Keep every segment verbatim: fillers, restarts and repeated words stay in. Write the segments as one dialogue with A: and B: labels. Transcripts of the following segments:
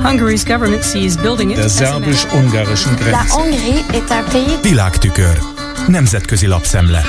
A: Der szerbus-ungarischen Grenze.
B: Világtükör. Nemzetközi lapszemle.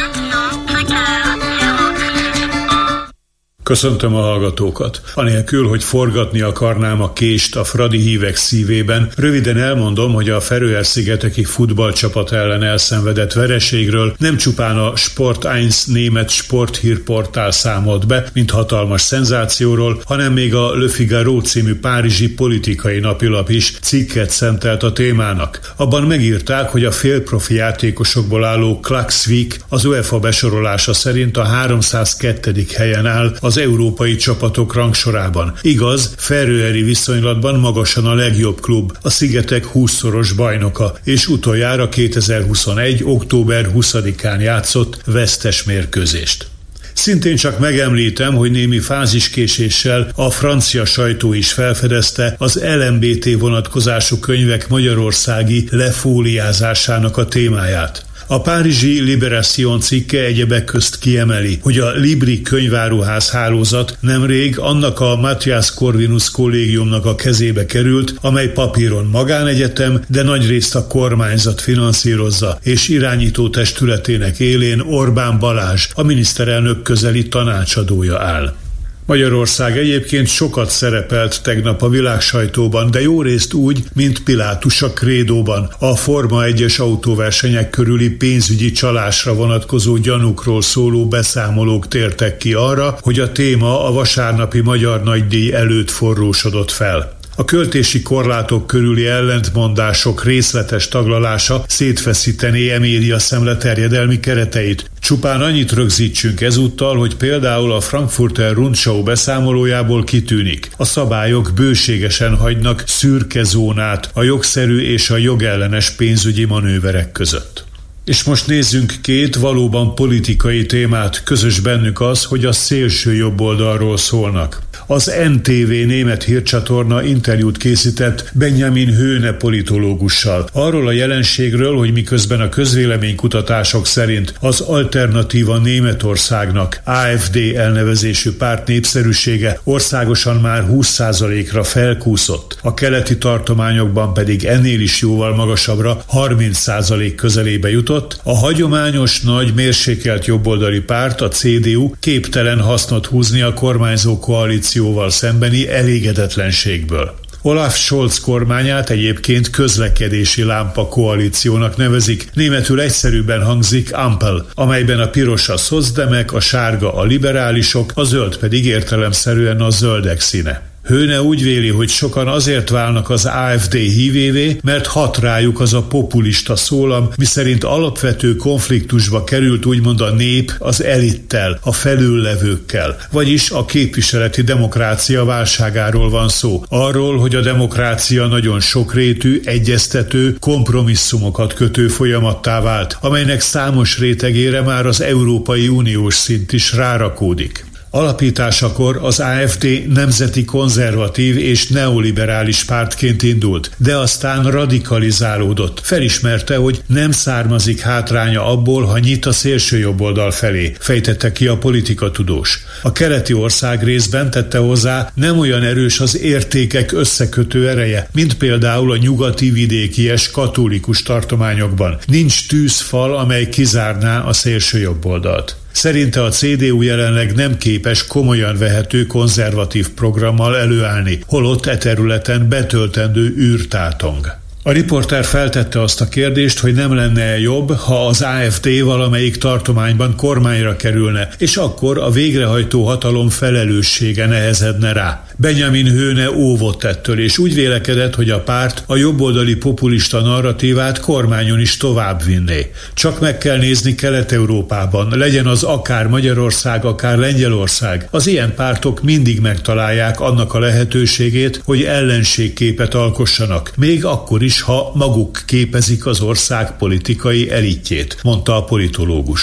C: Köszöntöm a hallgatókat. Anélkül, hogy forgatni akarnám a kést a fradi hívek szívében, röviden elmondom, hogy a Feröer-szigeteki futballcsapat ellen elszenvedett vereségről nem csupán a Sport eins német sporthírportál számolt be, mint hatalmas szenzációról, hanem még a Le Figaro című párizsi politikai napilap is cikket szentelt a témának. Abban megírták, hogy a félprofi játékosokból álló Klaksvik az UEFA besorolása szerint a háromszázkettő helyen áll az európai csapatok rangsorában. Igaz, feröeri viszonylatban magasan a legjobb klub, a szigetek húszszoros bajnoka, és utoljára kétezer-huszonegy. október huszadikán játszott vesztes mérkőzést. Szintén csak megemlítem, hogy némi fáziskéséssel a francia sajtó is felfedezte az el em bé té vonatkozású könyvek magyarországi lefóliázásának a témáját. A párizsi Libération cikke egyebek közt kiemeli, hogy a Libri könyváruház hálózat nemrég annak a Matthias Corvinus kollégiumnak a kezébe került, amely papíron magánegyetem, de nagyrészt a kormányzat finanszírozza, és irányító testületének élén Orbán Balázs, a miniszterelnök közeli tanácsadója áll. Magyarország egyébként sokat szerepelt tegnap a világsajtóban, de jó részt úgy, mint Pilátus a Krédóban, a Forma egyes autóversenyek körüli pénzügyi csalásra vonatkozó gyanúkról szóló beszámolók tértek ki arra, hogy a téma a vasárnapi Magyar Nagydíj előtt forrósodott fel. A költési korlátok körüli ellentmondások részletes taglalása szétfeszítené e médiaszemle terjedelmi kereteit. Csupán annyit rögzítsünk ezúttal, hogy például a Frankfurter Rundschau beszámolójából kitűnik. A szabályok bőségesen hagynak szürke zónát a jogszerű és a jogellenes pénzügyi manőverek között. És most nézzünk két valóban politikai témát, közös bennük az, hogy a szélső jobb oldalról szólnak. Az en té vé német hírcsatorna interjút készített Benjamin Höhne politológussal. Arról a jelenségről, hogy miközben a közvéleménykutatások szerint az Alternatíva Németországnak á ef dé elnevezésű párt népszerűsége országosan már húsz százalékra felkúszott, a keleti tartományokban pedig ennél is jóval magasabbra, harminc százalék közelébe jutott, a hagyományos nagy mérsékelt jobboldali párt, a cé dé u képtelen hasznot húzni a kormányzó koalícióval szembeni elégedetlenségből. Olaf Scholz kormányát egyébként közlekedési lámpa koalíciónak nevezik, németül egyszerűbben hangzik Ampel, amelyben a piros a szocdemek, a sárga a liberálisok, a zöld pedig értelemszerűen a zöldek színe. Höhne úgy véli, hogy sokan azért válnak az á ef dé hívévé, mert hat rájuk az a populista szólam, miszerint alapvető konfliktusba került úgymond a nép az elittel, a felüllevőkkel, vagyis a képviseleti demokrácia válságáról van szó. Arról, hogy a demokrácia nagyon sokrétű, egyeztető, kompromisszumokat kötő folyamattá vált, amelynek számos rétegére már az Európai Uniós szint is rárakódik. Alapításakor az á ef dé nemzeti konzervatív és neoliberális pártként indult, de aztán radikalizálódott. Felismerte, hogy nem származik hátránya abból, ha nyit a szélsőjobboldal felé, fejtette ki a politikatudós. A keleti ország részben, tette hozzá, nem olyan erős az értékek összekötő ereje, mint például a nyugati vidékies katolikus tartományokban. Nincs tűzfal, amely kizárná a szélsőjobboldalt. Szerinte a cé dé u jelenleg nem képes komolyan vehető konzervatív programmal előállni, holott e területen betöltendő űrtátong. A riporter feltette azt a kérdést, hogy nem lenne jobb, ha az á ef dé valamelyik tartományban kormányra kerülne, és akkor a végrehajtó hatalom felelőssége nehezedne rá. Benjamin Höhne óvott ettől, és úgy vélekedett, hogy a párt a jobboldali populista narratívát kormányon is tovább vinné. Csak meg kell nézni Kelet-Európában, legyen az akár Magyarország, akár Lengyelország. Az ilyen pártok mindig megtalálják annak a lehetőségét, hogy ellenségképet alkossanak, még akkor is, ha maguk képezik az ország politikai elitjét, mondta a politológus.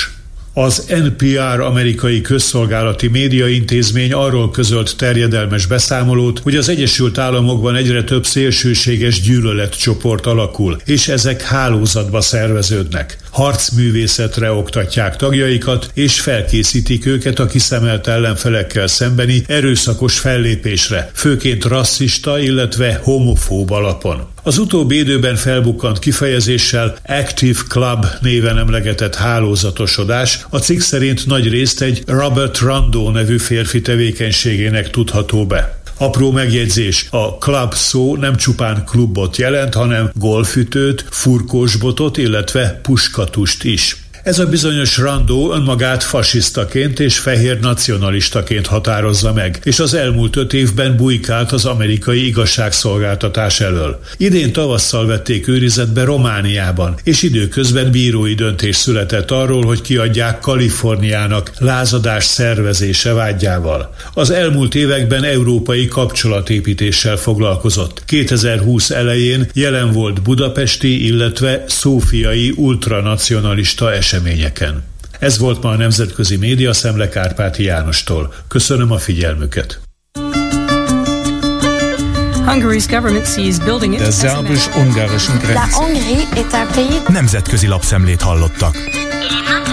C: Az en pé er amerikai közszolgálati médiaintézmény arról közölt terjedelmes beszámolót, hogy az Egyesült Államokban egyre több szélsőséges gyűlöletcsoport alakul, és ezek hálózatba szerveződnek. Harcművészetre oktatják tagjaikat, és felkészítik őket a kiszemelt ellenfelekkel szembeni erőszakos fellépésre, főként rasszista, illetve homofób alapon. Az utóbbi időben felbukkant kifejezéssel Active Club néven emlegetett hálózatosodás a cikk szerint nagyrészt egy Robert Rondeau nevű férfi tevékenységének tudható be. Apró megjegyzés, a club szó nem csupán klubot jelent, hanem golfütőt, furkósbotot, illetve puskatust is. Ez a bizonyos Rondeau önmagát fasisztaként és fehér nacionalistaként határozza meg, és az elmúlt öt évben bujkált az amerikai igazságszolgáltatás elől. Idén tavasszal vették őrizetbe Romániában, és időközben bírói döntés született arról, hogy kiadják Kaliforniának lázadás szervezése vágyával. Az elmúlt években európai kapcsolatépítéssel foglalkozott. kétezer-húsz elején jelen volt budapesti, illetve szófiai ultranacionalista eseményeken. eseményeken. Ez volt ma a Nemzetközi Média Szemle Kárpáti Jánostól. Köszönöm a figyelmüket.
A: Der szerbus-ungarischen Grenze.
B: Nemzetközi lapszemlét hallottak.